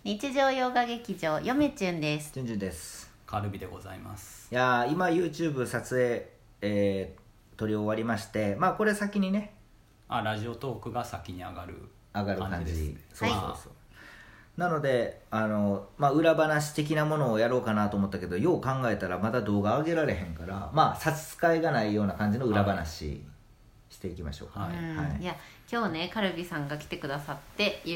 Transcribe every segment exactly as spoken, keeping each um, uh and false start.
日常洋画劇場よめちゅんです。 じゅんじゅんです。 カルビでございます。 いやー今 YouTube 撮影、えー、撮り終わりまして、まあこれ先にねあラジオトークが先に上がる上がる感じです。そうそうそう、 はい、 なのであの、まあ、裏話的なものをやろうかなと思ったけど、よう考えたらまだ動画上げられへんから、まあ差し支えがないような感じの裏話していきましょうか。 はいはい、いや今日ねカルビさんが来てくださって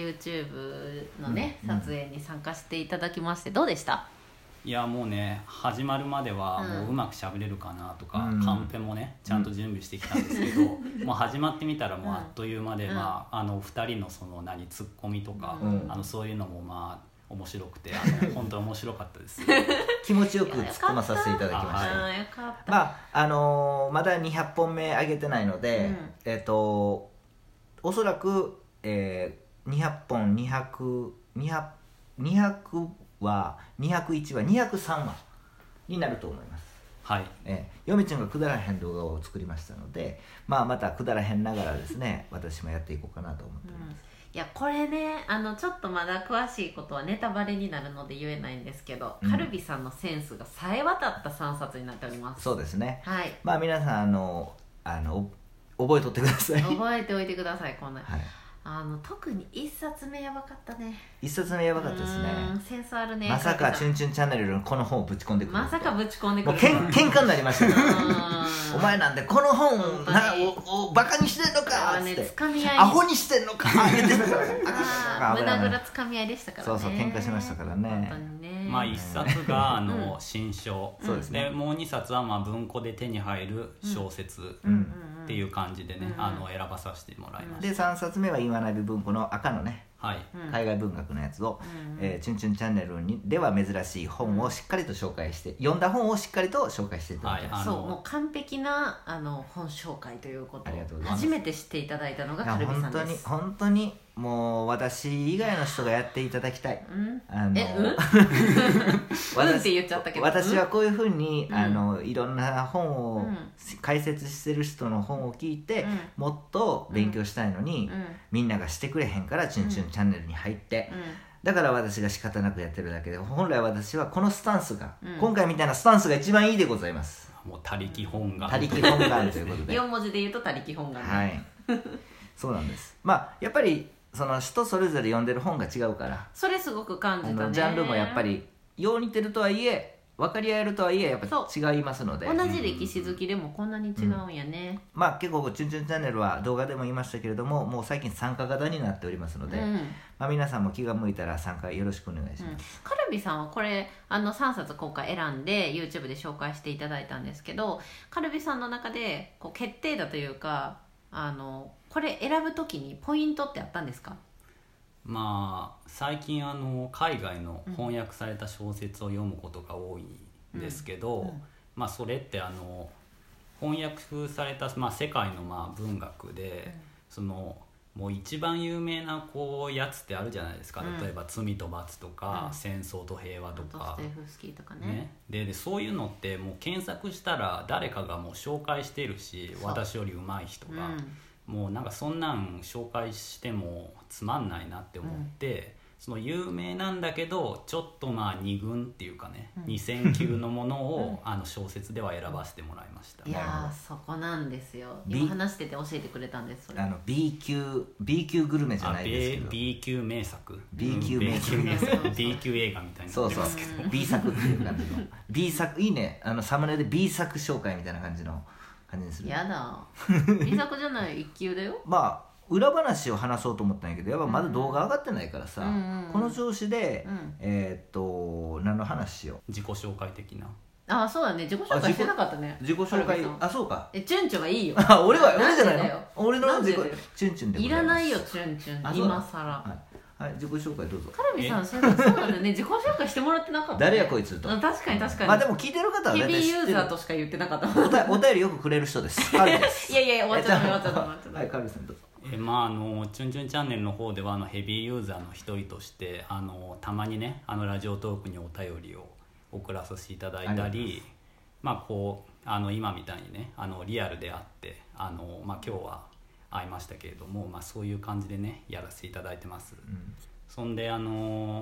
YouTube のね、うん、撮影に参加していただきまして、どうでした？ いやもうね始まるまではもううまくしゃべれるかなとか、うん、カンペもねちゃんと準備してきたんですけど、うん、もう始まってみたらもうあっという間で、うん、まああのふたりのその何ツッコミとか、うん、あのそういうのもまあ面白くて、あの本当に面白かったです気持ちよく突っ込まさせていただきました。 あよかった。 まああのー、まだにひゃっぽんめ上げてないので、うん、えっ、ー、とおそらく、えー、にひゃっぽんにひゃく、にひゃく、にひゃくはにひゃくいちわにひゃくさんわになると思います。 はい、 えー、よみちゃんがくだらへん動画を作りましたので、まあ、またくだらへんながらですね私もやっていこうかなと思っております。 うん、いやこれねあのちょっとまだ詳しいことはネタバレになるので言えないんですけど、うん、カルビさんのセンスがさえ渡ったさんさつになっております。 そうですね、 はい、 まあ皆さんあのあの覚えとってください。 覚えておいてください。こんな、 はい、 あの特にいっさつめやばかったね。 いっさつめやばかったですね。 センスあるね。 まさかチュンチュンチャンネルのこの本をぶち込んでくる。 まさかぶち込んでくる。 もうけん喧嘩になりましたからお前なんでこの本なおおバカにしてんのかっつって、 ね、つかみ合いアホにしてんのか言ってたから胸ぐらつかみ合いでしたからね。 そうそう喧嘩しましたからね。 本当にね。 まあいっさつがあの新書、 そうですね。 でもうにさつはまあ文庫で手に入る小説っていう感じでね、あの選ばさせてもらいました。 でさんさつめは岩波文庫の赤のね、 はい、 海外文学のやつを、うんうんえー、チュンチュンチャンネルにでは珍しい本をしっかりと紹介して、読んだ本をしっかりと紹介していただきます。 そうもう完璧なあの本紹介ということを初めて知っていただいたのがカルビさんです。 本当に本当にもう私以外の人がやっていただきたい。 うん、 あのえうんうんって言っちゃったけど、 私はこういうふうに、うん、あのいろんな本を、うん、解説してる人の本を聞いて、うん、もっと勉強したいのに、うん、みんながしてくれへんからチュンチュンチャンネルに入って、うん、だから私が仕方なくやってるだけで、本来私はこのスタンスが、うん、今回みたいなスタンスが一番いいでございます。 もう他力本願、 他力本願ということでよん文字で言うと他力本願、ね、 はいそうなんです。まあやっぱりその人それぞれ読んでる本が違うから、 それすごく感じたね。 ジャンルもやっぱりよう似てるとはいえ分かり合えるとはいえやっぱ違いますので、 同じ歴史好きでもこんなに違うんやね、 うん、まあ結構チュンチュンチャンネルは動画でも言いましたけれども、もう最近参加型になっておりますので、うん、まあ、皆さんも気が向いたら参加よろしくお願いします、 うん、カルビさんはこれあのさんさつ今回選んで YouTube で紹介していただいたんですけど、カルビさんの中でこう決定打というか、あのこれ選ぶときにポイントってあったんですか？ まあ最近あの海外の翻訳された小説を読むことが多いんですけど、うんうん、まあそれってあの翻訳された、まあ、世界のまあ文学で、うん、そのもう一番有名なこうやつってあるじゃないですか、うん、例えば罪と罰とか、うん、戦争と平和とか、 ドストエフスキーとかね、 ね、で、でそういうのってもう検索したら誰かがもう紹介しているし、私より上手い人が、うん、もうなんかそんなん紹介してもつまんないなって思って、うん、その有名なんだけどちょっとまあ二軍っていうかね、うん、にせんきゅうのものを、うん、あの小説では選ばせてもらいました。 いやそこなんですよ。今話してて教えてくれたんです。それあの B 級 B 級グルメじゃないですけど B 級名作 B 級名作、 うん、B 級名作B 級映画みたいになってますけど、 そうそう B 作っていう感じのB 作いいね、あのサムネで B 作紹介みたいな感じの感じにする。 やだB 作じゃないいっ級だよまあ裏話を話そうと思ったんやけどやっぱまだ動画上がってないからさ、うんうんうん、この調子で、うん、えー、っと何の話しよう。 自己紹介的な。 あそうだね、自己紹介してなかったね。 自己紹介、あそうか、 えチュンチュンはいいよあ俺は俺じゃないの、俺の自己チュンチュンでいらないよチュンチュン今さら、 はいはい、自己紹介どうぞ。 カルビさんそうだねね自己紹介してもらってなかった、ね、 誰やこいつと。 確かに確かに、 まあでも聞いてる方はヘビーユーザーとしか言ってなかったお, お便りよくくれる人ですカルビですいやいや終わっちゃった終わっちゃった終わっちゃったはい、カルビさんどうぞ。 えまあ、あのチュンチュンチャンネルの方ではあのヘビーユーザーの一人としてあのたまにねあのラジオトークにお便りを送らさせていただいたり、まあこうあの今みたいにねあのリアルであってあの、まあ、今日は会いましたけれども、まあ、そういう感じでねやらせていただいてます、うん、そんであの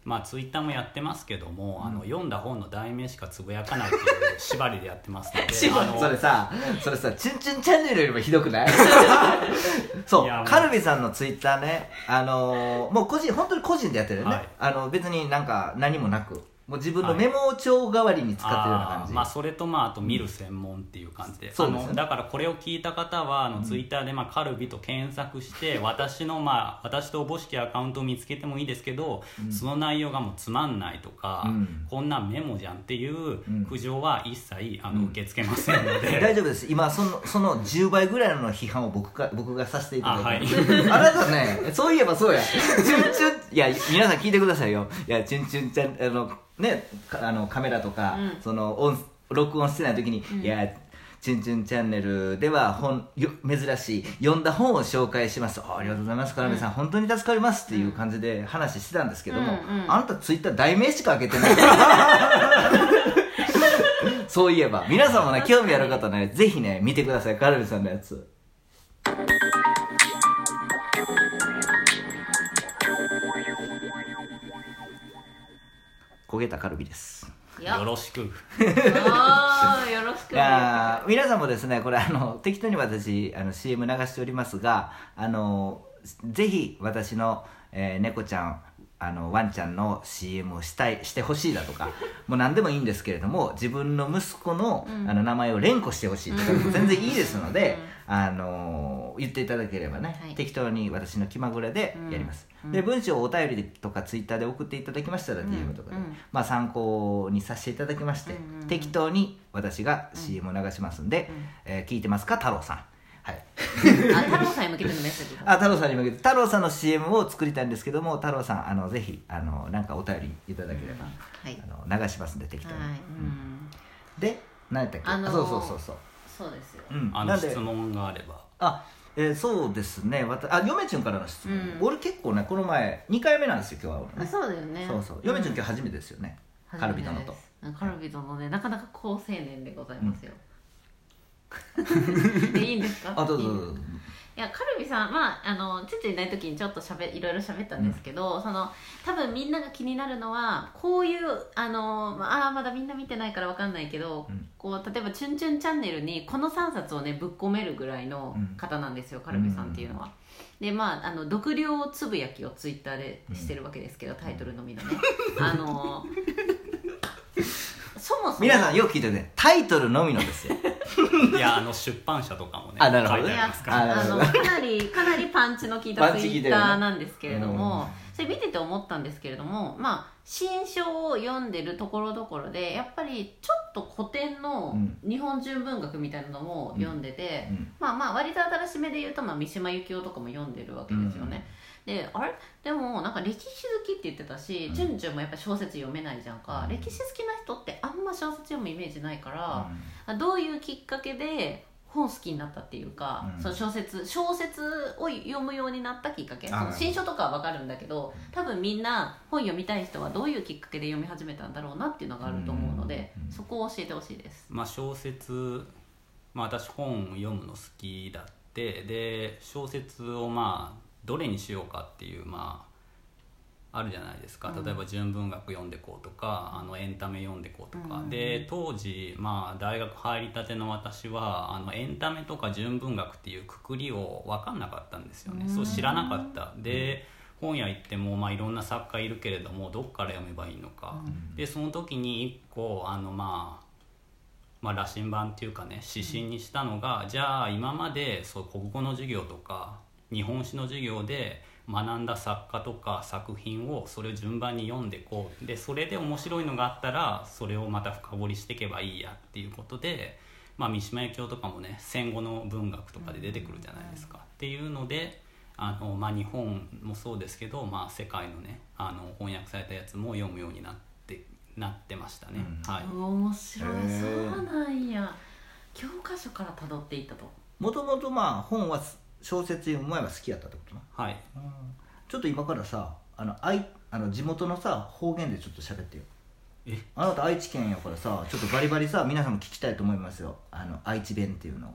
まあツイッターもやってますけども、うん、あの読んだ本の題名しかつぶやかないっていう縛りでやってますのであのそれさそれさチュンチュンチャンネルよりもひどくないそうカルビさんのツイッターね、あのー、もう個人本当に個人でやってるよね、はい、あの別になんか何もなくもう自分のメモ帳代わりに使ってるような感じ、 はい、あまあ、それと、まあ、あと見る専門っていう感じで、うん、そうですね、あのだからこれを聞いた方はあの、うん、ツイッターで、まあ、カルビと検索して私の、まあ、私とおぼしきアカウントを見つけてもいいですけど、うん、その内容がもうつまんないとか、うん、こんなんメモじゃんっていう苦情は一切あの、うん、受け付けませんので大丈夫です。今その、そのじゅうばいぐらいの批判を僕が、僕がさせていただいて、あ、はい、あなたね、そういえばそうやチュンチュン、いや皆さん聞いてくださいよ。いやチュンチュンちゃんあのね、あのカメラとか、うん、その音録音してない時に、うん、いやチュンチュンチャンネルでは本よ珍しい読んだ本を紹介します。 あ, ありがとうございます、カラメさん、うん、本当に助かりますっていう感じで話してたんですけども、うんうん、あなたツイッター題名しか開けてないそういえば皆さんもね興味ある方ねぜひね見てください、カラメさんのやつ。焦げたカルビです。 よろしくあよろしく。 いや皆さんもですねこれあの適当に私あの シーエム 流しておりますが、あのぜひ私の、えー、猫ちゃんあのワンちゃんの シーエム をしたいしてほしいだとかもう何でもいいんですけれども、自分の息子の、うん、あの名前を連呼してほしいとか全然いいですので、うん、あの言っていただければね、はい、適当に私の気まぐれでやります、うん、で文章をお便りとかツイッターで送っていただきましたら、うん、ディーエム とかで、うん、まあ、参考にさせていただきまして、うん、適当に私が シーエム を流しますんで、うん、えー、聞いてますか太郎さん、はい、 あ太郎さんに向けてのメッセージあ太郎さんに向けて太郎さんの シーエム を作りたいんですけども、太郎さんあのぜひあのなんかお便りいただければ、うん、はい、あの流しますんで適当に、はい、うん、で何やったっけ、あのー、そうそうそうそうそうですよ、 うん、あの質問があればあ、えー、そうですね、わたあ嫁ちゅんからの質問、うん、俺結構ねこの前にかいめなんですよ今日は、ね、 あそうだよね、 そうそう嫁ちゅん今日初めてですよね、うん、カルビ殿とカルビ殿ねなかなか好青年でございますよ、うん、いいんですか。 あどうぞどうぞ。 いやカルビさん、まあ、あの父いない時にちょっとしゃべいろいろ喋ったんですけど、うん、その多分みんなが気になるのはこういうあのああまだみんな見てないから分かんないけど、うん、こう例えば「チュンチュンチャンネル」にこのさんさつをねぶっ込めるぐらいの方なんですよ、うん、カルビさんっていうのは。でまあ、あの読量つぶやきをツイッターでしてるわけですけど、タイトルのみのねあのそもそも皆さんよく聞いてください、タイトルのみのですよいやあの出版社とかもねあなるほど書いてありますから、 あのかなりかなりパンチの効いたツイッターなんですけれども、それ見てて思ったんですけれども、まあ新書を読んでるところどころでやっぱりちょっと古典の日本純文学みたいなのも読んでて、うんうん、まあまあ割と新しめで言うと、まあ、三島由紀夫とかも読んでるわけですよね、うん、であれでもなんか歴史好きって言ってたし、チュンチュンもやっぱ小説読めないじゃんか、うん、歴史好きな人ってあんま小説読むイメージないから、うん、どういうきっかけで本好きになったっていうか、うん、その小説小説を読むようになったきっかけ、その新書とかは分かるんだけど、多分みんな本読みたい人はどういうきっかけで読み始めたんだろうなっていうのがあると思うので、うん、そこを教えてほしいです。 まあ、小説、まあ、私本読むの好きだってで小説をまあどれにしようかっていうまああるじゃないですか、例えば純文学読んでこうとか、あのエンタメ読んでこうとか、うん、で当時、まあ、大学入りたての私はあのエンタメとか純文学っていうくくりを分かんなかったんですよね、うん、そう知らなかったで、本屋行っても、まあ、いろんな作家いるけれどもどっから読めばいいのか、うん、でその時に一個あのまあまあ、羅針盤っていうかね指針にしたのが、うん、じゃあ今までそう国語の授業とか日本史の授業で学んだ作家とか作品をそれを順番に読んでこうで、それで面白いのがあったらそれをまた深掘りしていけばいいやっていうことで、まあ、三島由紀夫とかもね戦後の文学とかで出てくるじゃないですか、うん、っていうのであの、まあ、日本もそうですけど、まあ、世界のねあの翻訳されたやつも読むようになってなってましたね、 うん、 はい、 面白い、そうなんや、教科書から辿っていったと。 もともとまあ本は小説読む前は好きやったってことな。 はい、 うん、ちょっと今からさあのあいあの地元のさ方言でちょっと喋ってよ。 えあなた愛知県やからさちょっとバリバリさ皆さんも聞きたいと思いますよ、あの愛知弁っていうの。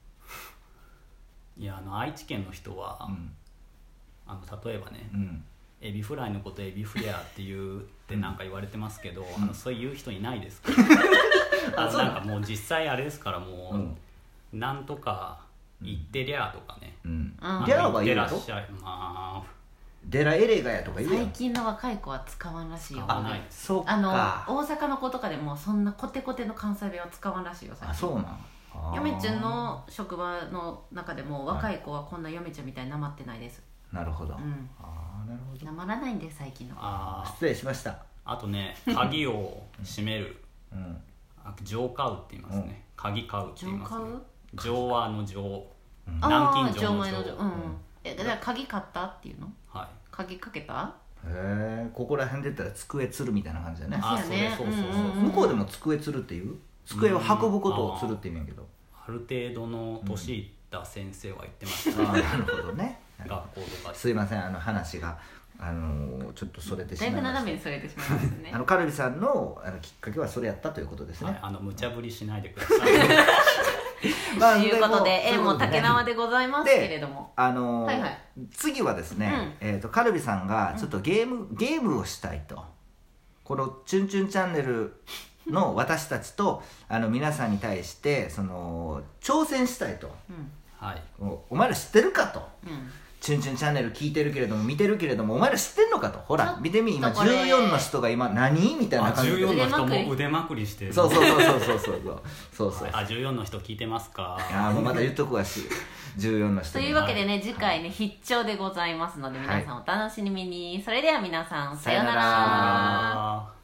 いやあの愛知県の人は、うん、あの例えばね、うん、 エビフライのことエビフレアって言うってなんか言われてますけど、 うん、 あのそういう人いないですからあのなんかもう実際あれですからもう、うん、なんとか言ってりゃとかね、 うん、 あのりゃは言う言ってらっしゃい、まあデラエレガやとか言うやん。 最近の若い子は使わんらしいよ。 使わないです。 そうか。 あの大阪の子とかでもそんなコテコテの関西弁は使わんらしいよ最近。 あ、そうなん。 嫁ちゃんの職場の中でも若い子はこんな嫁ちゃんみたいになまってないです。 なるほど、 うん、 ああなるほど。 なまらないんで最近の。 あ失礼しました。 あとね鍵を閉める、うん、錠買うって言いますね、うん、鍵買うって言いますね。錠はあの錠、 うん、南京錠の錠、うんうん、えだから鍵買ったっていうの。はい。鍵かけた。 へえ、ここら辺で言ったら机つるみたいな感じだね。 あ、そうね、そうそうそう、うんうん、 向こうでも机つるっていう机を運ぶことをつるって言うんやけど、 ある程度の年いった先生は言ってましたね、 うん、あなるほどね学校とかすいません、あの話があのちょっとそれてしまいました。 だいぶ斜めにそれてしまいましたねあのカルビさん の, あのきっかけはそれやったということですね、 はい、あの無茶ぶりしないでくださいまあ、ということで、えー、もう竹縄でございますけれども、 あのーはいはい、 次はですね、うん、えーと、カルビさんがちょっとゲーム、うん、ゲームをしたいと、このチュンチュンチャンネルの私たちとあの皆さんに対してその挑戦したいと、うんはい、お, お前ら知ってるかと、うん、チュンチュンチャンネル聞いてるけれども見てるけれどもお前ら知ってんのかと、ほら見てみ、今じゅうよんの人が今何みたいな感じで、 じゅうよんの人も腕まくりしてる。 そうそうそうそうそうそうそうそう、 あ、じゅうよんの人聞いてますか。 あ、もうまた言っとくわしじゅうよんの人というわけでね、次回ね、必聴でございますので皆さんお楽しみに、はい、それでは皆さんさようなら。